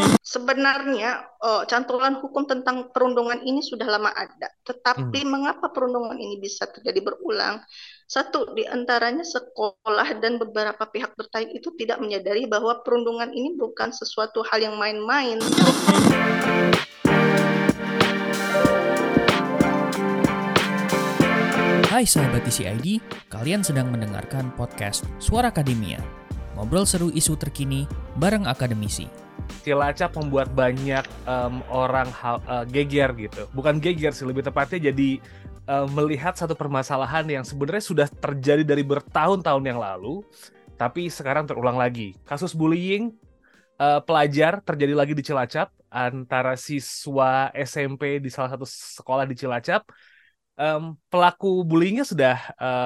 Sebenarnya cantolan hukum tentang perundungan ini sudah lama ada, Hmm. tetapi mengapa perundungan ini bisa terjadi berulang? Satu di antaranya sekolah dan beberapa pihak terkait itu tidak menyadari bahwa perundungan ini bukan sesuatu hal yang main-main. Hai sahabat TCID, kalian sedang mendengarkan podcast Suara Akademia. Ngobrol seru isu terkini bareng akademisi. Cilacap membuat banyak orang geger gitu. Bukan geger sih, lebih tepatnya jadi melihat satu permasalahan yang sebenarnya sudah terjadi dari bertahun-tahun yang lalu, tapi sekarang terulang lagi. Kasus bullying pelajar terjadi lagi di Cilacap antara siswa SMP di salah satu sekolah di Cilacap. Pelaku bullyingnya sudah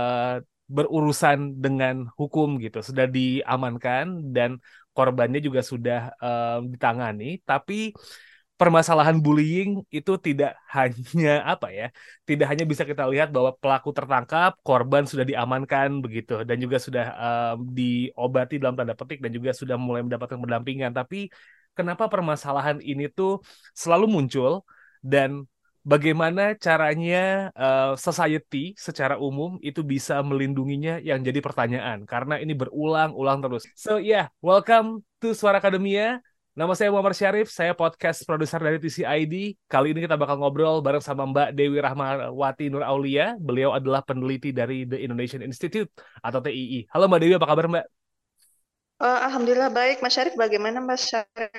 berurusan dengan hukum gitu, sudah diamankan dan korbannya juga sudah ditangani. Tapi permasalahan bullying itu tidak hanya apa ya, tidak hanya bisa kita lihat bahwa pelaku tertangkap, korban sudah diamankan begitu, dan juga sudah diobati dalam tanda petik dan juga sudah mulai mendapatkan pendampingan. Tapi kenapa permasalahan ini tuh selalu muncul dan bagaimana caranya society secara umum itu bisa melindunginya yang jadi pertanyaan karena ini berulang-ulang terus. So yeah, welcome to Suara Akademia. Nama saya Muhammad Syarif, saya podcast produser dari TCID. Kali ini kita bakal ngobrol bareng sama Mbak Dewi Rahmawati Nur Aulia. Beliau adalah peneliti dari The Indonesian Institute atau TII. Halo Mbak Dewi, apa kabar Mbak? Alhamdulillah baik, Mas Syarif. Bagaimana Mas Syarif?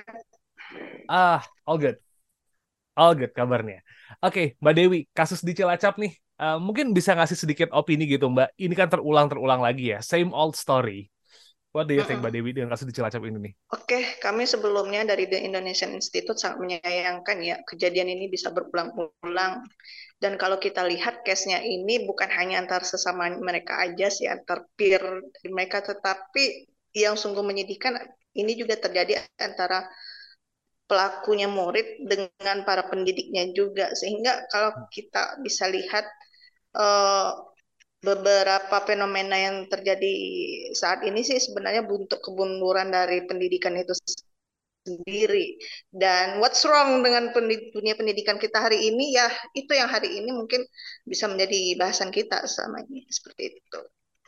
All good. All good kabarnya. Oke, Mbak Dewi, kasus di Cilacap nih, mungkin bisa ngasih sedikit opini gitu, Mbak. Ini kan terulang-terulang lagi ya, same old story. What do you think, Mbak Mm-mm. Dewi, dengan kasus di Cilacap ini nih? Oke, kami sebelumnya dari The Indonesian Institute sangat menyayangkan ya kejadian ini bisa berulang-ulang. Dan kalau kita lihat case-nya ini bukan hanya antar sesama mereka aja sih, antar peer dari mereka, tetapi yang sungguh menyedihkan ini juga terjadi antara pelakunya murid dengan para pendidiknya juga. Sehingga kalau kita bisa lihat eh, beberapa fenomena yang terjadi saat ini sih sebenarnya bentuk kemunduran dari pendidikan itu sendiri. Dan what's wrong dengan dunia pendidikan kita hari ini, ya itu yang hari ini mungkin bisa menjadi bahasan kita selama ini, seperti itu.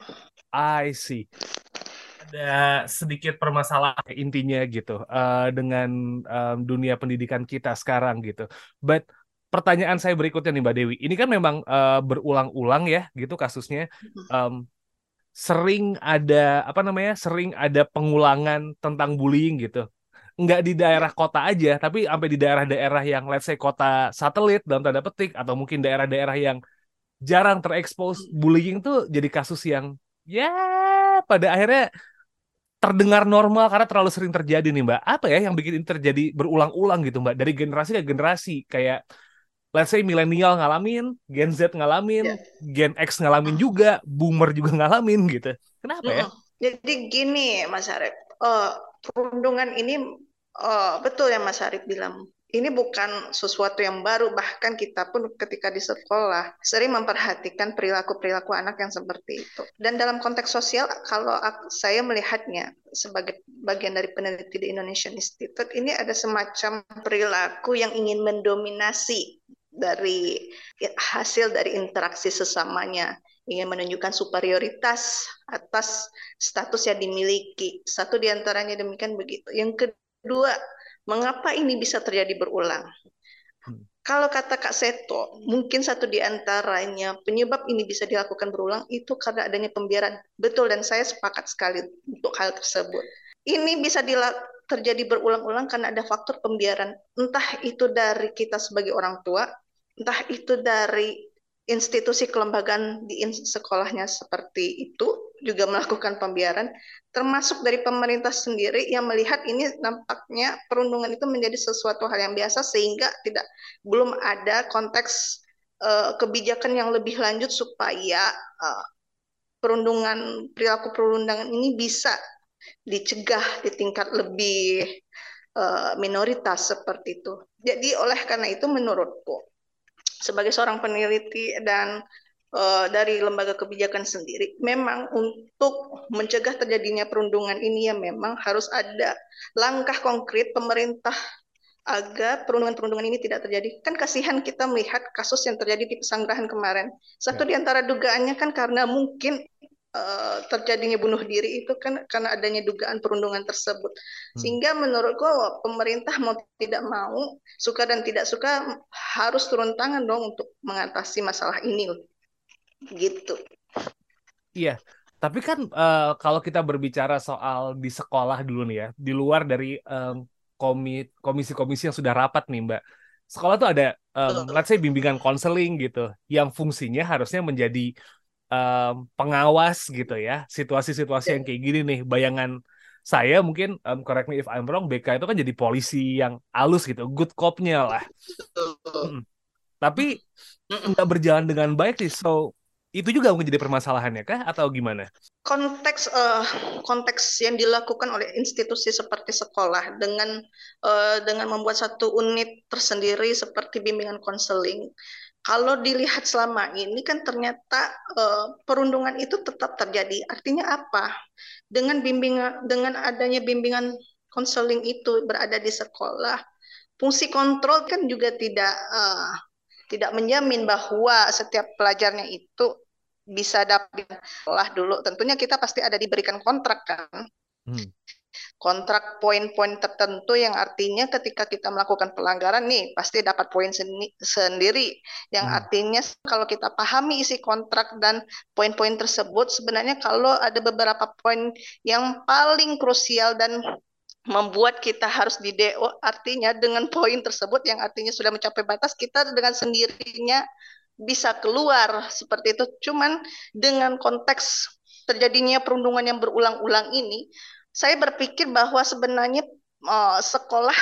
I see. Ada sedikit permasalahan intinya gitu dengan dunia pendidikan kita sekarang gitu. But pertanyaan saya berikutnya nih Mbak Dewi, ini kan memang berulang-ulang ya gitu kasusnya. Um, Sering ada apa namanya? Sering ada pengulangan tentang bullying gitu. Nggak di Ya. daerah kota aja, tapi sampai di daerah-daerah yang let's say kota satelit dalam tanda petik atau mungkin daerah-daerah yang jarang terekspos bullying tuh jadi kasus yang ya pada akhirnya terdengar normal karena terlalu sering terjadi nih Mbak. Apa ya yang bikin ini terjadi berulang-ulang gitu Mbak? Dari generasi ke generasi kayak let's say milenial ngalamin, Gen Z ngalamin, Ya. Gen X ngalamin juga, Boomer juga ngalamin gitu. Kenapa ya? Mm-mm. Jadi gini Mas Arif, perundungan ini betul yang Mas Arif bilang. Ini bukan sesuatu yang baru, bahkan kita pun ketika di sekolah sering memperhatikan perilaku-perilaku anak yang seperti itu. Dan dalam konteks sosial, kalau saya melihatnya sebagai bagian dari peneliti di Indonesian Institute, ini ada semacam perilaku yang ingin mendominasi dari hasil dari interaksi sesamanya, ingin menunjukkan superioritas atas status yang dimiliki. Satu diantaranya demikian begitu. Yang kedua, mengapa ini bisa terjadi berulang? Hmm. Kalau kata Kak Seto, mungkin satu di antaranya penyebab ini bisa dilakukan berulang itu karena adanya pembiaran. Betul, dan saya sepakat sekali untuk hal tersebut. Ini bisa terjadi berulang-ulang karena ada faktor pembiaran. Entah itu dari kita sebagai orang tua, entah itu dari institusi kelembagaan di sekolahnya seperti itu juga melakukan pembiaran, termasuk dari pemerintah sendiri yang melihat ini nampaknya perundungan itu menjadi sesuatu hal yang biasa sehingga belum ada konteks kebijakan yang lebih lanjut supaya perilaku perundangan ini bisa dicegah di tingkat lebih minoritas seperti itu. Jadi oleh karena itu menurutku sebagai seorang peneliti dan dari lembaga kebijakan sendiri, memang untuk mencegah terjadinya perundungan ini ya memang harus ada langkah konkret pemerintah agar perundungan-perundungan ini tidak terjadi. Kan kasihan kita melihat kasus yang terjadi di Pesanggerahan kemarin. Satu di antara dugaannya kan karena mungkin terjadinya bunuh diri itu kan karena adanya dugaan perundungan tersebut. Sehingga menurutku pemerintah mau tidak mau, suka dan tidak suka harus turun tangan dong untuk mengatasi masalah ini. Gitu. Iya, tapi kan kalau kita berbicara soal di sekolah dulu nih ya, di luar dari komisi-komisi yang sudah rapat nih Mbak, sekolah tuh ada, let's say bimbingan konseling gitu, yang fungsinya harusnya menjadi pengawas gitu ya, situasi-situasi yang kayak gini nih. Bayangan saya mungkin, correct me if I'm wrong, BK itu kan jadi polisi yang halus gitu, good cop-nya lah. Tapi nggak berjalan dengan baik sih, so itu juga mungkin jadi permasalahannya kah atau gimana? Konteks yang dilakukan oleh institusi seperti sekolah dengan membuat satu unit tersendiri seperti bimbingan konseling. Kalau dilihat selama ini kan ternyata perundungan itu tetap terjadi. Artinya apa? Dengan adanya bimbingan konseling itu berada di sekolah, fungsi kontrol kan juga tidak menjamin bahwa setiap pelajarnya itu bisa dapat sekolah dulu. Tentunya kita pasti ada diberikan kontrak kan. Kontrak poin-poin tertentu yang artinya ketika kita melakukan pelanggaran nih pasti dapat poin sendiri. Yang artinya kalau kita pahami isi kontrak dan poin-poin tersebut, sebenarnya kalau ada beberapa poin yang paling krusial dan membuat kita harus di DO, artinya dengan poin tersebut yang artinya sudah mencapai batas, kita dengan sendirinya bisa keluar seperti itu. Cuman dengan konteks terjadinya perundungan yang berulang-ulang ini, saya berpikir bahwa sebenarnya sekolah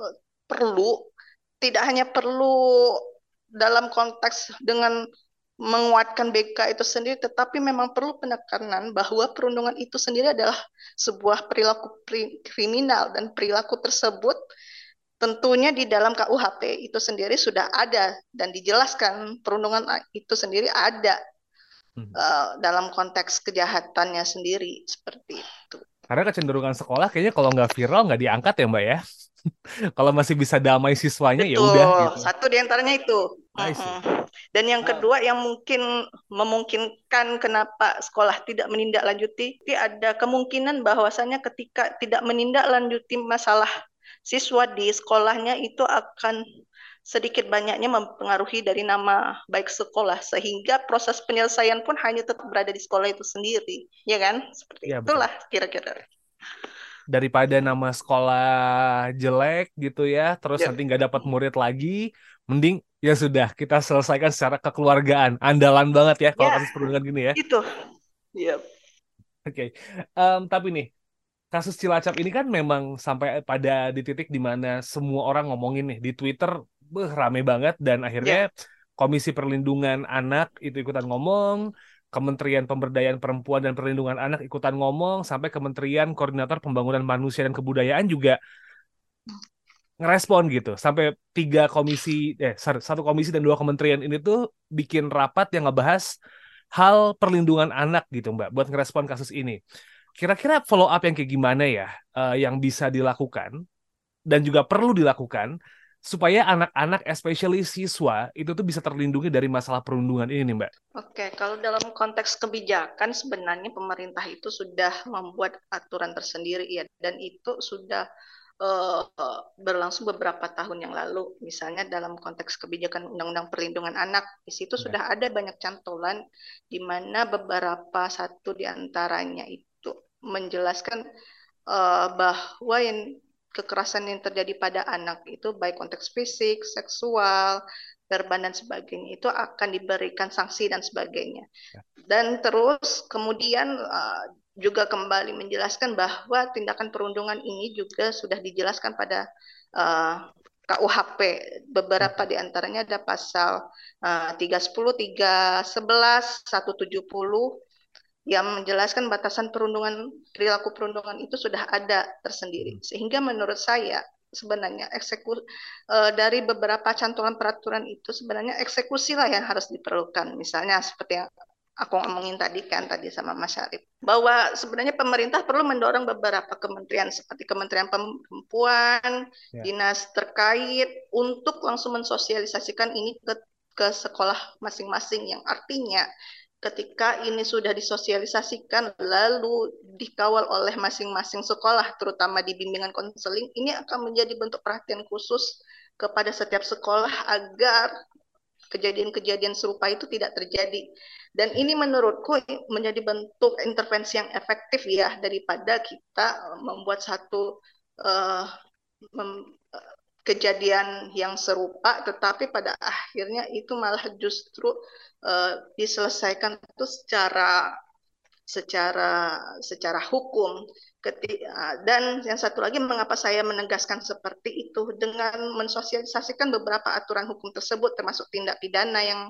tidak hanya perlu dalam konteks dengan menguatkan BK itu sendiri, tetapi memang perlu penekanan bahwa perundungan itu sendiri adalah sebuah perilaku kriminal, dan perilaku tersebut tentunya di dalam KUHP itu sendiri sudah ada dan dijelaskan perundungan itu sendiri ada dalam konteks kejahatannya sendiri seperti itu. Karena kecenderungan sekolah kayaknya kalau nggak viral nggak diangkat ya Mbak ya. Kalau masih bisa damai siswanya ya udah gitu. Satu di antaranya itu. Dan yang kedua yang mungkin memungkinkan kenapa sekolah tidak menindaklanjuti, ada kemungkinan bahwasannya ketika tidak menindaklanjuti masalah siswa di sekolahnya itu akan sedikit banyaknya mempengaruhi dari nama baik sekolah, sehingga proses penyelesaian pun hanya tetap berada di sekolah itu sendiri, ya kan? Seperti ya, itulah betul. kira-kira. Daripada nama sekolah jelek gitu ya, terus nanti nggak dapat murid lagi, mending ya sudah kita selesaikan secara kekeluargaan. Andalan banget ya kalau kasus perundungan gini ya. Itu. Yep. Oke. Tapi nih, kasus Cilacap ini kan memang sampai pada di titik di mana semua orang ngomongin nih di Twitter, rame banget, dan akhirnya Komisi Perlindungan Anak itu ikutan ngomong, Kementerian Pemberdayaan Perempuan dan Perlindungan Anak ikutan ngomong, sampai Kementerian Koordinator Pembangunan Manusia dan Kebudayaan juga ngerespon gitu. Sampai satu komisi dan 2 kementerian ini tuh bikin rapat yang ngebahas hal perlindungan anak gitu Mbak, buat ngerespon kasus ini. Kira-kira follow up yang kayak gimana ya yang bisa dilakukan dan juga perlu dilakukan supaya anak-anak, especially siswa, itu tuh bisa terlindungi dari masalah perundungan ini nih Mbak? Oke, kalau dalam konteks kebijakan sebenarnya pemerintah itu sudah membuat aturan tersendiri ya, dan itu sudah berlangsung beberapa tahun yang lalu. Misalnya dalam konteks kebijakan Undang-Undang Perlindungan Anak, di situ sudah ada banyak cantolan di mana beberapa satu di antaranya itu menjelaskan bahwa kekerasan yang terjadi pada anak itu baik konteks fisik, seksual, verban dan sebagainya itu akan diberikan sanksi dan sebagainya. Dan terus kemudian juga kembali menjelaskan bahwa tindakan perundungan ini juga sudah dijelaskan pada KUHP. Beberapa di antaranya ada pasal 310, 311, 170 yang menjelaskan batasan perilaku perundungan itu sudah ada tersendiri. Sehingga menurut saya sebenarnya dari beberapa cantolan peraturan itu sebenarnya eksekusi lah yang harus diperlukan. Misalnya seperti yang aku ngomongin tadi sama Mas Syarif, bahwa sebenarnya pemerintah perlu mendorong beberapa kementerian seperti Kementerian Perempuan, dinas terkait untuk langsung mensosialisasikan ini ke sekolah masing-masing, yang artinya ketika ini sudah disosialisasikan lalu dikawal oleh masing-masing sekolah, terutama di bimbingan konseling, ini akan menjadi bentuk perhatian khusus kepada setiap sekolah agar kejadian-kejadian serupa itu tidak terjadi. Dan ini menurutku menjadi bentuk intervensi yang efektif ya, daripada kita membuat satu kejadian yang serupa tetapi pada akhirnya itu malah justru diselesaikan itu secara hukum. Dan yang satu lagi, mengapa saya menegaskan seperti itu, dengan mensosialisasikan beberapa aturan hukum tersebut termasuk tindak pidana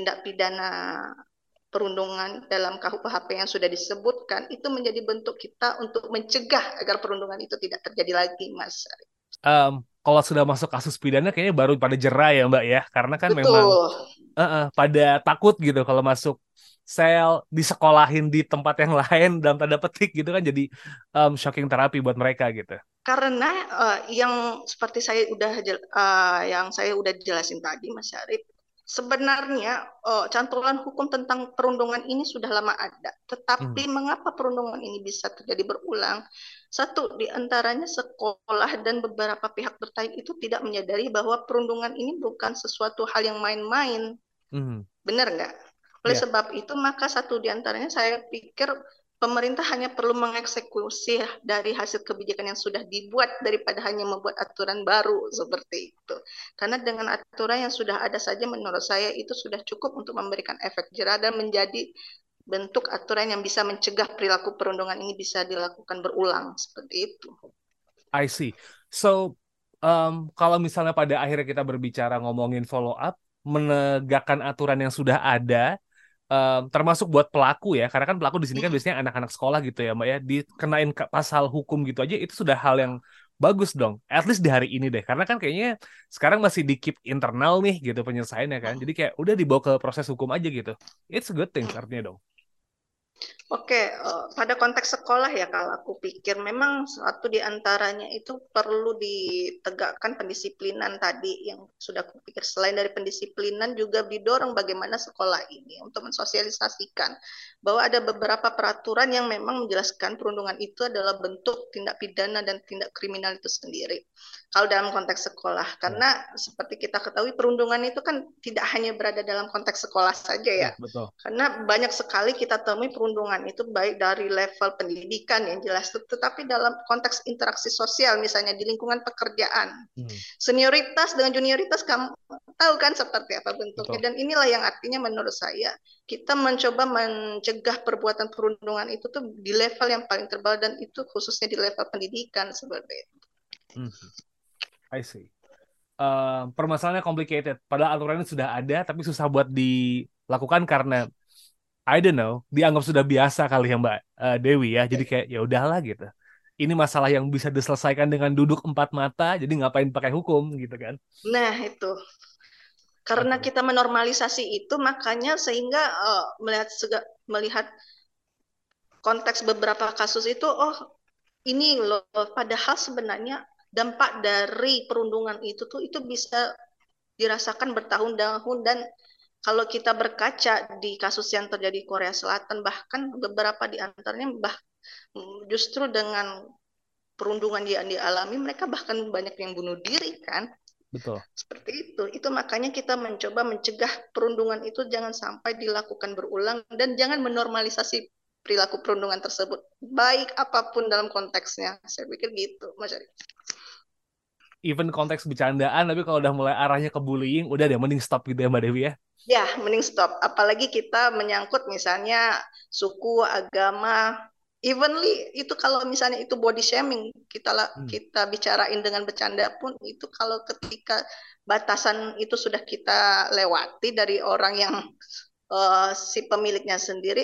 perundungan dalam KUHP yang sudah disebutkan, itu menjadi bentuk kita untuk mencegah agar perundungan itu tidak terjadi lagi, Mas. Kalau sudah masuk kasus pidana kayaknya baru pada jera ya Mbak ya, karena kan Betul. memang pada takut gitu kalau masuk sel, disekolahin di tempat yang lain dalam tanda petik gitu kan, jadi shocking terapi buat mereka gitu. Karena yang seperti yang saya udah jelasin tadi, Mas Syarif, sebenarnya cantolan hukum tentang perundungan ini sudah lama ada. Tetapi mengapa perundungan ini bisa terjadi berulang? Satu, di antaranya sekolah dan beberapa pihak terkait itu tidak menyadari bahwa perundungan ini bukan sesuatu hal yang main-main. Benar nggak? Oleh sebab itu, maka satu di antaranya saya pikir pemerintah hanya perlu mengeksekusi dari hasil kebijakan yang sudah dibuat daripada hanya membuat aturan baru seperti itu. Karena dengan aturan yang sudah ada saja menurut saya itu sudah cukup untuk memberikan efek jera dan menjadi bentuk aturan yang bisa mencegah perilaku perundungan ini bisa dilakukan berulang seperti itu. I see. So, kalau misalnya pada akhirnya kita berbicara ngomongin follow up, menegakkan aturan yang sudah ada, termasuk buat pelaku ya, karena kan pelaku di sini kan biasanya anak-anak sekolah gitu ya Mbak ya, dikenain pasal hukum gitu aja, itu sudah hal yang bagus dong, at least di hari ini deh, karena kan kayaknya sekarang masih di keep internal nih gitu penyelesaiannya kan, jadi kayak udah dibawa ke proses hukum aja gitu, it's a good thing artinya dong. Oke, pada konteks sekolah ya, kalau aku pikir memang satu di antaranya itu perlu ditegakkan pendisiplinan tadi yang sudah aku pikir. Selain dari pendisiplinan juga didorong bagaimana sekolah ini untuk mensosialisasikan bahwa ada beberapa peraturan yang memang menjelaskan perundungan itu adalah bentuk tindak pidana dan tindak kriminal itu sendiri. Kalau dalam konteks sekolah, karena seperti kita ketahui perundungan itu kan tidak hanya berada dalam konteks sekolah saja ya. Betul. Karena banyak sekali kita temui perundungan itu baik dari level pendidikan yang jelas, tetapi dalam konteks interaksi sosial, misalnya di lingkungan pekerjaan. Senioritas dengan junioritas, kamu tahu kan seperti apa bentuknya. Betul. Dan inilah yang artinya menurut saya kita mencoba mencegah perbuatan perundungan itu tuh di level yang paling terbawah, dan itu khususnya di level pendidikan seperti itu. I see. Permasalahannya complicated. Padahal aturannya sudah ada, tapi susah buat dilakukan karena I don't know, dianggap sudah biasa kali ya Mbak Dewi ya. Jadi kayak ya udahlah gitu. Ini masalah yang bisa diselesaikan dengan duduk empat mata, jadi ngapain pakai hukum gitu kan? Nah itu. Karena kita menormalisasi itu, makanya sehingga melihat konteks beberapa kasus itu, oh ini loh, padahal sebenarnya dampak dari perundungan itu bisa dirasakan bertahun-tahun. Dan kalau kita berkaca di kasus yang terjadi di Korea Selatan, bahkan beberapa di antaranya justru dengan perundungan yang dialami, mereka bahkan banyak yang bunuh diri kan. Betul. Seperti itu. Itu makanya kita mencoba mencegah perundungan itu jangan sampai dilakukan berulang, dan jangan menormalisasi perilaku perundungan tersebut, baik apapun dalam konteksnya. Saya pikir gitu, Mas Ari. Even konteks bercandaan, tapi kalau udah mulai arahnya ke bullying, udah deh mending stop gitu ya Mbak Dewi ya? Ya, mending stop. Apalagi kita menyangkut misalnya suku, agama, evenly itu kalau misalnya itu body shaming, kita bicarain dengan bercanda pun, itu kalau ketika batasan itu sudah kita lewati dari orang yang si pemiliknya sendiri,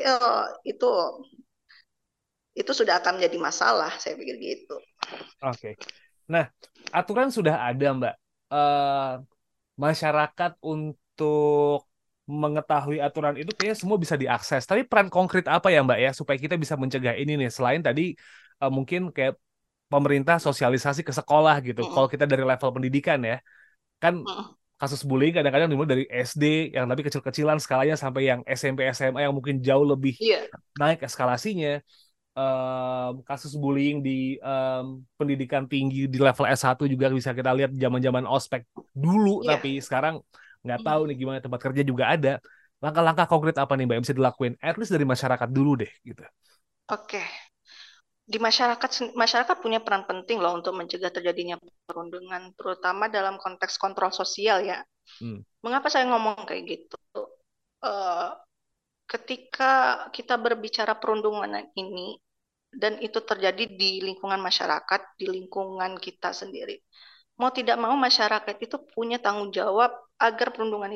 itu sudah akan menjadi masalah, saya pikir gitu. Oke. Nah, aturan sudah ada, Mbak. Eh, Masyarakat untuk mengetahui aturan itu kayaknya semua bisa diakses. Tapi peran konkret apa ya, Mbak ya, supaya kita bisa mencegah ini nih? Selain tadi mungkin kayak pemerintah sosialisasi ke sekolah gitu. Kalau Mm-mm. kita dari level pendidikan ya, kan Mm-mm. kasus bullying kadang-kadang dimulai dari SD yang tapi kecil-kecilan skalanya sampai yang SMP SMA yang mungkin jauh lebih Iya. naik eskalasinya. Kasus bullying di pendidikan tinggi di level S1 juga bisa kita lihat zaman-zaman ospek dulu, Iya. tapi sekarang nggak tahu Mm. nih gimana, tempat kerja juga ada. Langkah-langkah konkret apa nih Mbak yang bisa dilakuin? At least dari masyarakat dulu deh gitu. Oke. Di masyarakat punya peran penting loh untuk mencegah terjadinya perundungan, terutama dalam konteks kontrol sosial ya. Hmm. Mengapa saya ngomong kayak gitu? Eh, Ketika kita berbicara perundungan ini dan itu terjadi di lingkungan masyarakat, di lingkungan kita sendiri, mau tidak mau masyarakat itu punya tanggung jawab agar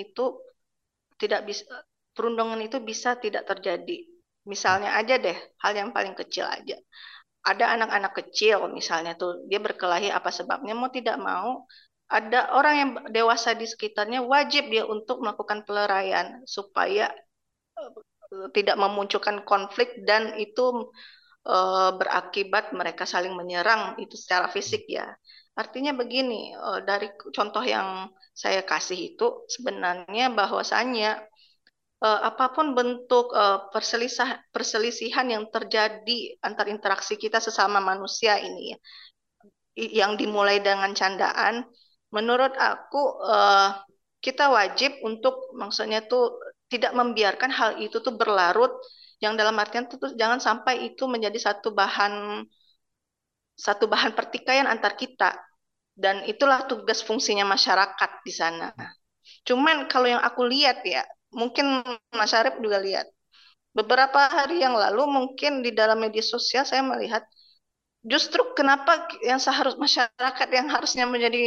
perundungan itu bisa tidak terjadi. Misalnya aja deh, hal yang paling kecil aja. Ada anak-anak kecil misalnya tuh dia berkelahi apa sebabnya, mau tidak mau ada orang yang dewasa di sekitarnya wajib dia untuk melakukan pelarian supaya tidak memunculkan konflik dan itu berakibat mereka saling menyerang itu secara fisik ya. Artinya begini, dari contoh yang saya kasih itu sebenarnya bahwasannya apapun bentuk perselisihan yang terjadi antar interaksi kita sesama manusia ini ya, yang dimulai dengan candaan, menurut aku kita wajib untuk maksudnya tuh tidak membiarkan hal itu tuh berlarut, yang dalam artian tuh jangan sampai itu menjadi satu bahan pertikaian antar kita, dan itulah tugas fungsinya masyarakat di sana. Cuman kalau yang aku lihat ya, mungkin Mas Arif juga lihat, beberapa hari yang lalu mungkin di dalam media sosial saya melihat justru kenapa yang masyarakat yang harusnya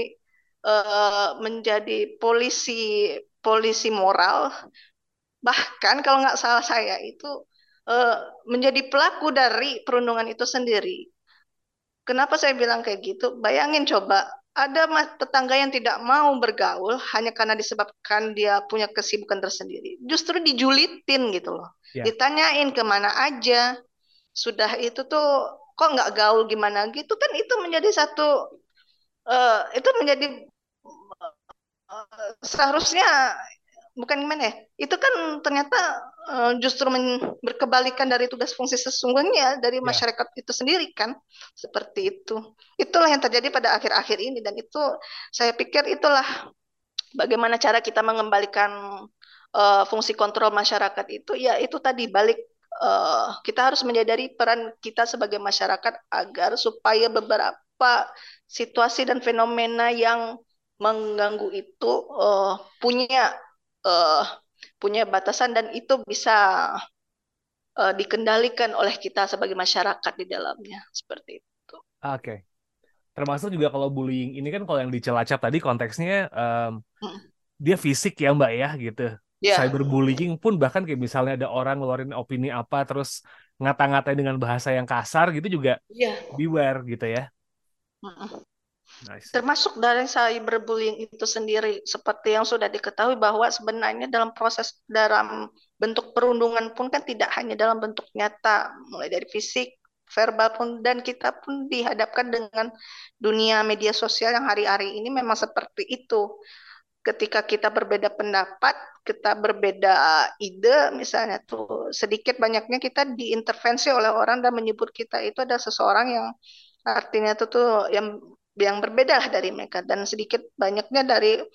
menjadi polisi moral, bahkan kalau nggak salah saya itu menjadi pelaku dari perundungan itu sendiri. Kenapa saya bilang kayak gitu? Bayangin coba, ada tetangga yang tidak mau bergaul hanya karena disebabkan dia punya kesibukan tersendiri. Justru dijulitin gitu loh. Ya. Ditanyain kemana aja. Sudah itu tuh kok nggak gaul gimana gitu kan, itu menjadi itu menjadi seharusnya bukan gimana ya, itu kan ternyata justru berkebalikan dari tugas fungsi sesungguhnya dari Ya. masyarakat itu sendiri kan, seperti itu. Itulah yang terjadi pada akhir-akhir ini, dan itu saya pikir itulah bagaimana cara kita mengembalikan fungsi kontrol masyarakat itu, ya itu tadi balik kita harus menyadari peran kita sebagai masyarakat agar supaya beberapa situasi dan fenomena yang mengganggu itu punya uh, punya batasan dan itu bisa dikendalikan oleh kita sebagai masyarakat di dalamnya, seperti itu. Oke. Termasuk juga kalau bullying ini kan kalau yang di Cilacap tadi konteksnya dia fisik ya Mbak ya gitu. Ya, Cyberbullying pun bahkan kayak misalnya ada orang ngeluarin opini apa terus ngata-ngatain dengan bahasa yang kasar gitu juga ya. beware gitu ya. Nice. Termasuk dari cyberbullying itu sendiri, seperti yang sudah diketahui bahwa sebenarnya dalam bentuk perundungan pun kan tidak hanya dalam bentuk nyata, mulai dari fisik, verbal pun, dan kita pun dihadapkan dengan dunia media sosial yang hari-hari ini memang seperti itu. Ketika kita berbeda pendapat, kita berbeda ide, misalnya tuh sedikit banyaknya kita diintervensi oleh orang dan menyebut kita itu ada seseorang yang artinya tuh yang berbeda lah dari mereka, dan sedikit banyaknya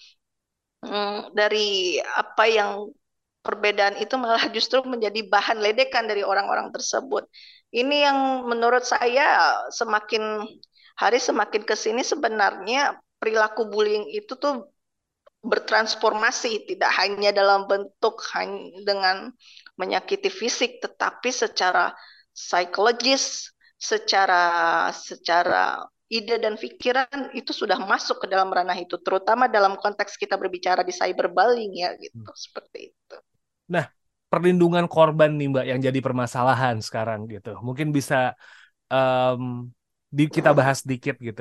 dari apa yang perbedaan itu malah justru menjadi bahan ledekan dari orang-orang tersebut. Ini yang menurut saya semakin hari semakin ke sini sebenarnya perilaku bullying itu tuh bertransformasi, tidak hanya dalam bentuk dengan menyakiti fisik, tetapi secara psikologis, secara ide dan pikiran itu sudah masuk ke dalam ranah itu, terutama dalam konteks kita berbicara di cyberbullying ya gitu, seperti itu. Nah, perlindungan korban nih Mbak yang jadi permasalahan sekarang gitu. Mungkin bisa kita bahas sedikit gitu.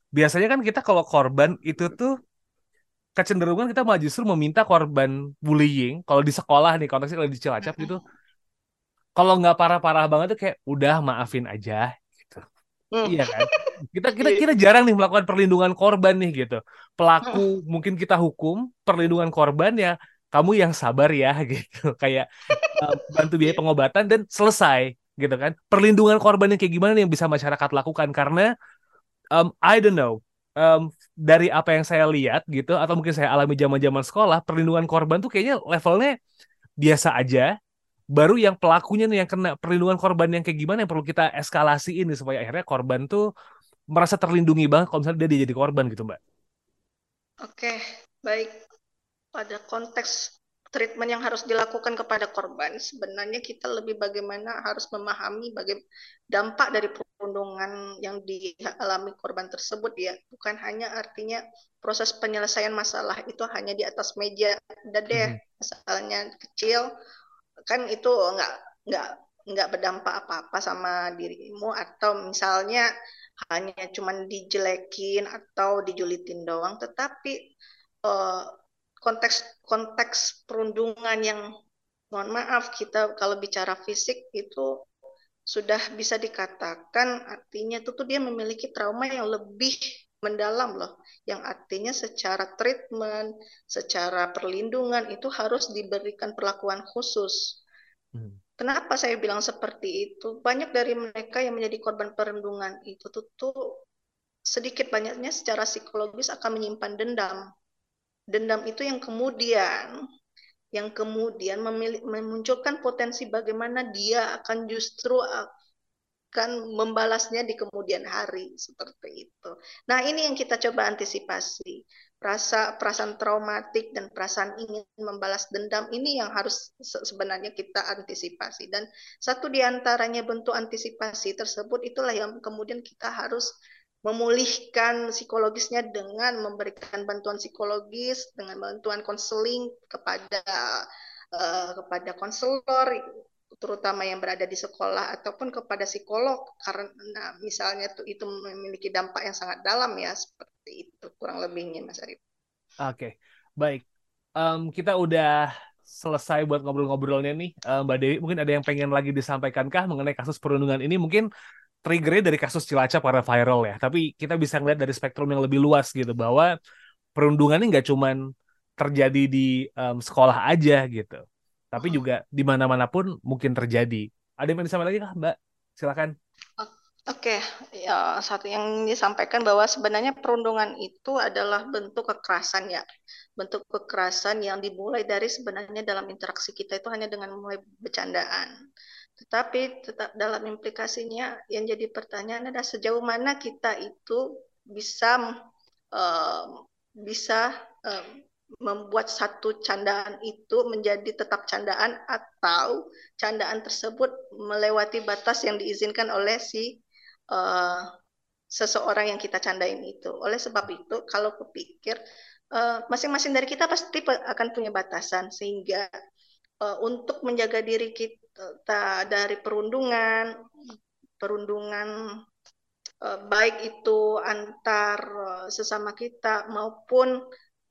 biasanya kan kita kalau korban itu tuh kecenderungan kita malah justru meminta korban bullying kalau di sekolah nih konteksnya kalau di Cilacap gitu, kalau nggak parah-parah banget tuh kayak udah maafin aja gitu. Hmm. Iya kan? Kita kita Iya. kita jarang nih melakukan perlindungan korban nih gitu. Pelaku Hmm. mungkin kita hukum, perlindungan korban ya kamu yang sabar ya gitu. Kayak bantu biaya Iya. pengobatan dan selesai gitu kan. Perlindungan korban yang kayak gimana nih yang bisa masyarakat lakukan karena I don't know. Dari apa yang saya lihat gitu atau mungkin saya alami zaman-zaman sekolah, perlindungan korban tuh kayaknya levelnya biasa aja. Baru yang pelakunya nih yang kena perlindungan korban yang kayak gimana yang perlu kita eskalasi ini supaya akhirnya korban tuh merasa terlindungi banget kalau misalnya dia jadi korban gitu, Mbak. Oke, baik. Pada konteks treatment yang harus dilakukan kepada korban, sebenarnya kita lebih bagaimana harus memahami dampak dari perundungan yang dialami korban tersebut ya. Bukan hanya artinya proses penyelesaian masalah itu hanya di atas meja, udah deh, Mhm. masalahnya kecil, kan itu nggak nggak berdampak apa-apa sama dirimu atau misalnya hanya cuman dijelekin atau dijulitin doang, tetapi eh, konteks konteks perundungan yang mohon maaf kita kalau bicara fisik itu sudah bisa dikatakan artinya itu tuh dia memiliki trauma yang lebih mendalam loh, yang artinya secara treatment, secara perlindungan itu harus diberikan perlakuan khusus. Hmm. Kenapa saya bilang seperti itu? Banyak dari mereka yang menjadi korban perundungan itu tuh sedikit banyaknya secara psikologis akan menyimpan dendam. Dendam itu yang kemudian memunculkan potensi bagaimana dia akan justru akan membalasnya di kemudian hari seperti itu. Nah, ini yang kita coba antisipasi. Perasaan traumatik dan perasaan ingin membalas dendam ini yang harus sebenarnya kita antisipasi. Dan satu di antaranya bentuk antisipasi tersebut itulah yang kemudian kita harus memulihkan psikologisnya dengan memberikan bantuan psikologis, dengan bantuan konseling kepada konselor terutama yang berada di sekolah ataupun kepada psikolog karena misalnya itu memiliki dampak yang sangat dalam ya seperti itu kurang lebihnya Mas Arif. Oke, baik. Kita udah selesai buat ngobrol-ngobrolnya nih, Mbak Dewi. Mungkin ada yang pengen lagi disampaikankah mengenai kasus perundungan ini? Mungkin triggernya dari kasus Cilacap karena viral ya. Tapi kita bisa ngeliat dari spektrum yang lebih luas gitu bahwa perundungan ini nggak cuman terjadi di sekolah aja gitu, tapi juga di mana-mana pun mungkin terjadi. Ada yang mau disampaikan lagi kah, Mbak? Silakan. Oke, ya satu yang disampaikan bahwa sebenarnya perundungan itu adalah bentuk kekerasan ya, bentuk kekerasan yang dimulai dari sebenarnya dalam interaksi kita itu hanya dengan mulai bercandaan. Tetapi tetap dalam implikasinya yang jadi pertanyaan adalah sejauh mana kita itu bisa uh, bisa uh, membuat satu candaan itu menjadi tetap candaan atau candaan tersebut melewati batas yang diizinkan oleh si uh, seseorang yang kita candain itu. Oleh sebab itu, kalau kepikir masing-masing dari kita pasti akan punya batasan sehingga untuk menjaga diri kita dari perundungan, perundungan baik itu antar sesama kita maupun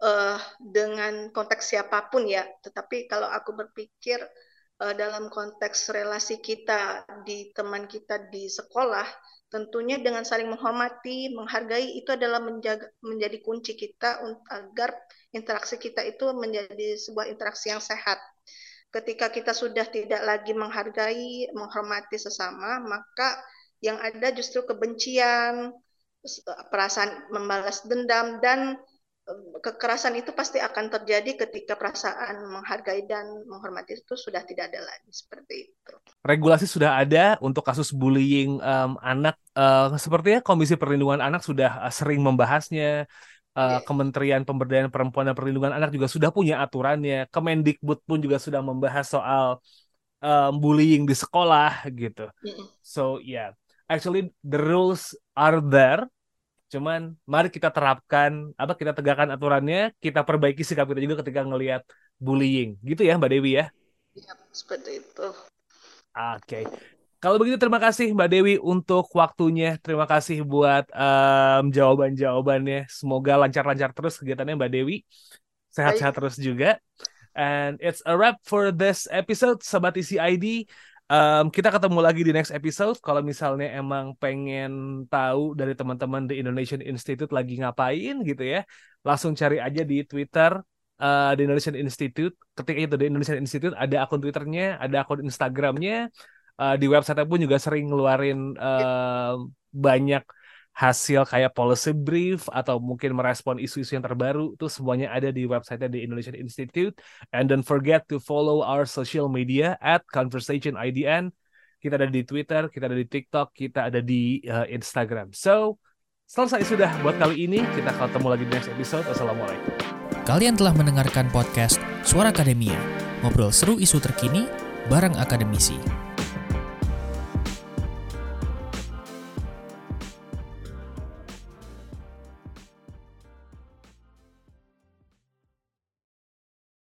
dengan konteks siapapun ya. Tetapi kalau aku berpikir dalam konteks relasi kita di teman kita di sekolah, tentunya dengan saling menghormati, menghargai itu adalah menjadi kunci kita agar interaksi kita itu menjadi sebuah interaksi yang sehat. Ketika kita sudah tidak lagi menghargai, menghormati sesama, maka yang ada justru kebencian, perasaan membalas dendam, dan kekerasan itu pasti akan terjadi ketika perasaan menghargai dan menghormati itu sudah tidak ada lagi seperti itu. Regulasi sudah ada untuk kasus bullying anak. Sepertinya Komisi Perlindungan Anak sudah sering membahasnya. Kementerian Pemberdayaan Perempuan dan Perlindungan Anak juga sudah punya aturannya. Kemendikbud pun juga sudah membahas soal bullying di sekolah gitu. So yeah, actually the rules are there. Cuman mari kita terapkan, kita tegakkan aturannya, kita perbaiki sikap kita juga ketika ngelihat bullying. Gitu ya Mbak Dewi ya? Ya, seperti itu. Oke. Kalau begitu terima kasih Mbak Dewi untuk waktunya. Terima kasih buat jawaban-jawabannya. Semoga lancar-lancar terus kegiatannya Mbak Dewi. Sehat-sehat terus juga. And it's a wrap for this episode, Sobat Isi ID. Kita ketemu lagi di next episode. Kalau misalnya emang pengen tahu dari teman-teman The Indonesian Institute lagi ngapain gitu ya, langsung cari aja di Twitter The Indonesian Institute. Ketika itu The Indonesian Institute, ada akun Twitternya, ada akun Instagramnya. Di website pun juga sering ngeluarin banyak hasil kayak policy brief atau mungkin merespon isu-isu yang terbaru. Itu semuanya ada di website The Indonesian Institute. And don't forget to follow our social media @conversationidn. Kita ada di Twitter, kita ada di TikTok, kita ada di Instagram. So, selesai sudah buat kali ini. Kita ketemu lagi di next episode. Wassalamualaikum. Kalian telah mendengarkan podcast Suara Akademia, ngobrol seru isu terkini bareng akademisi.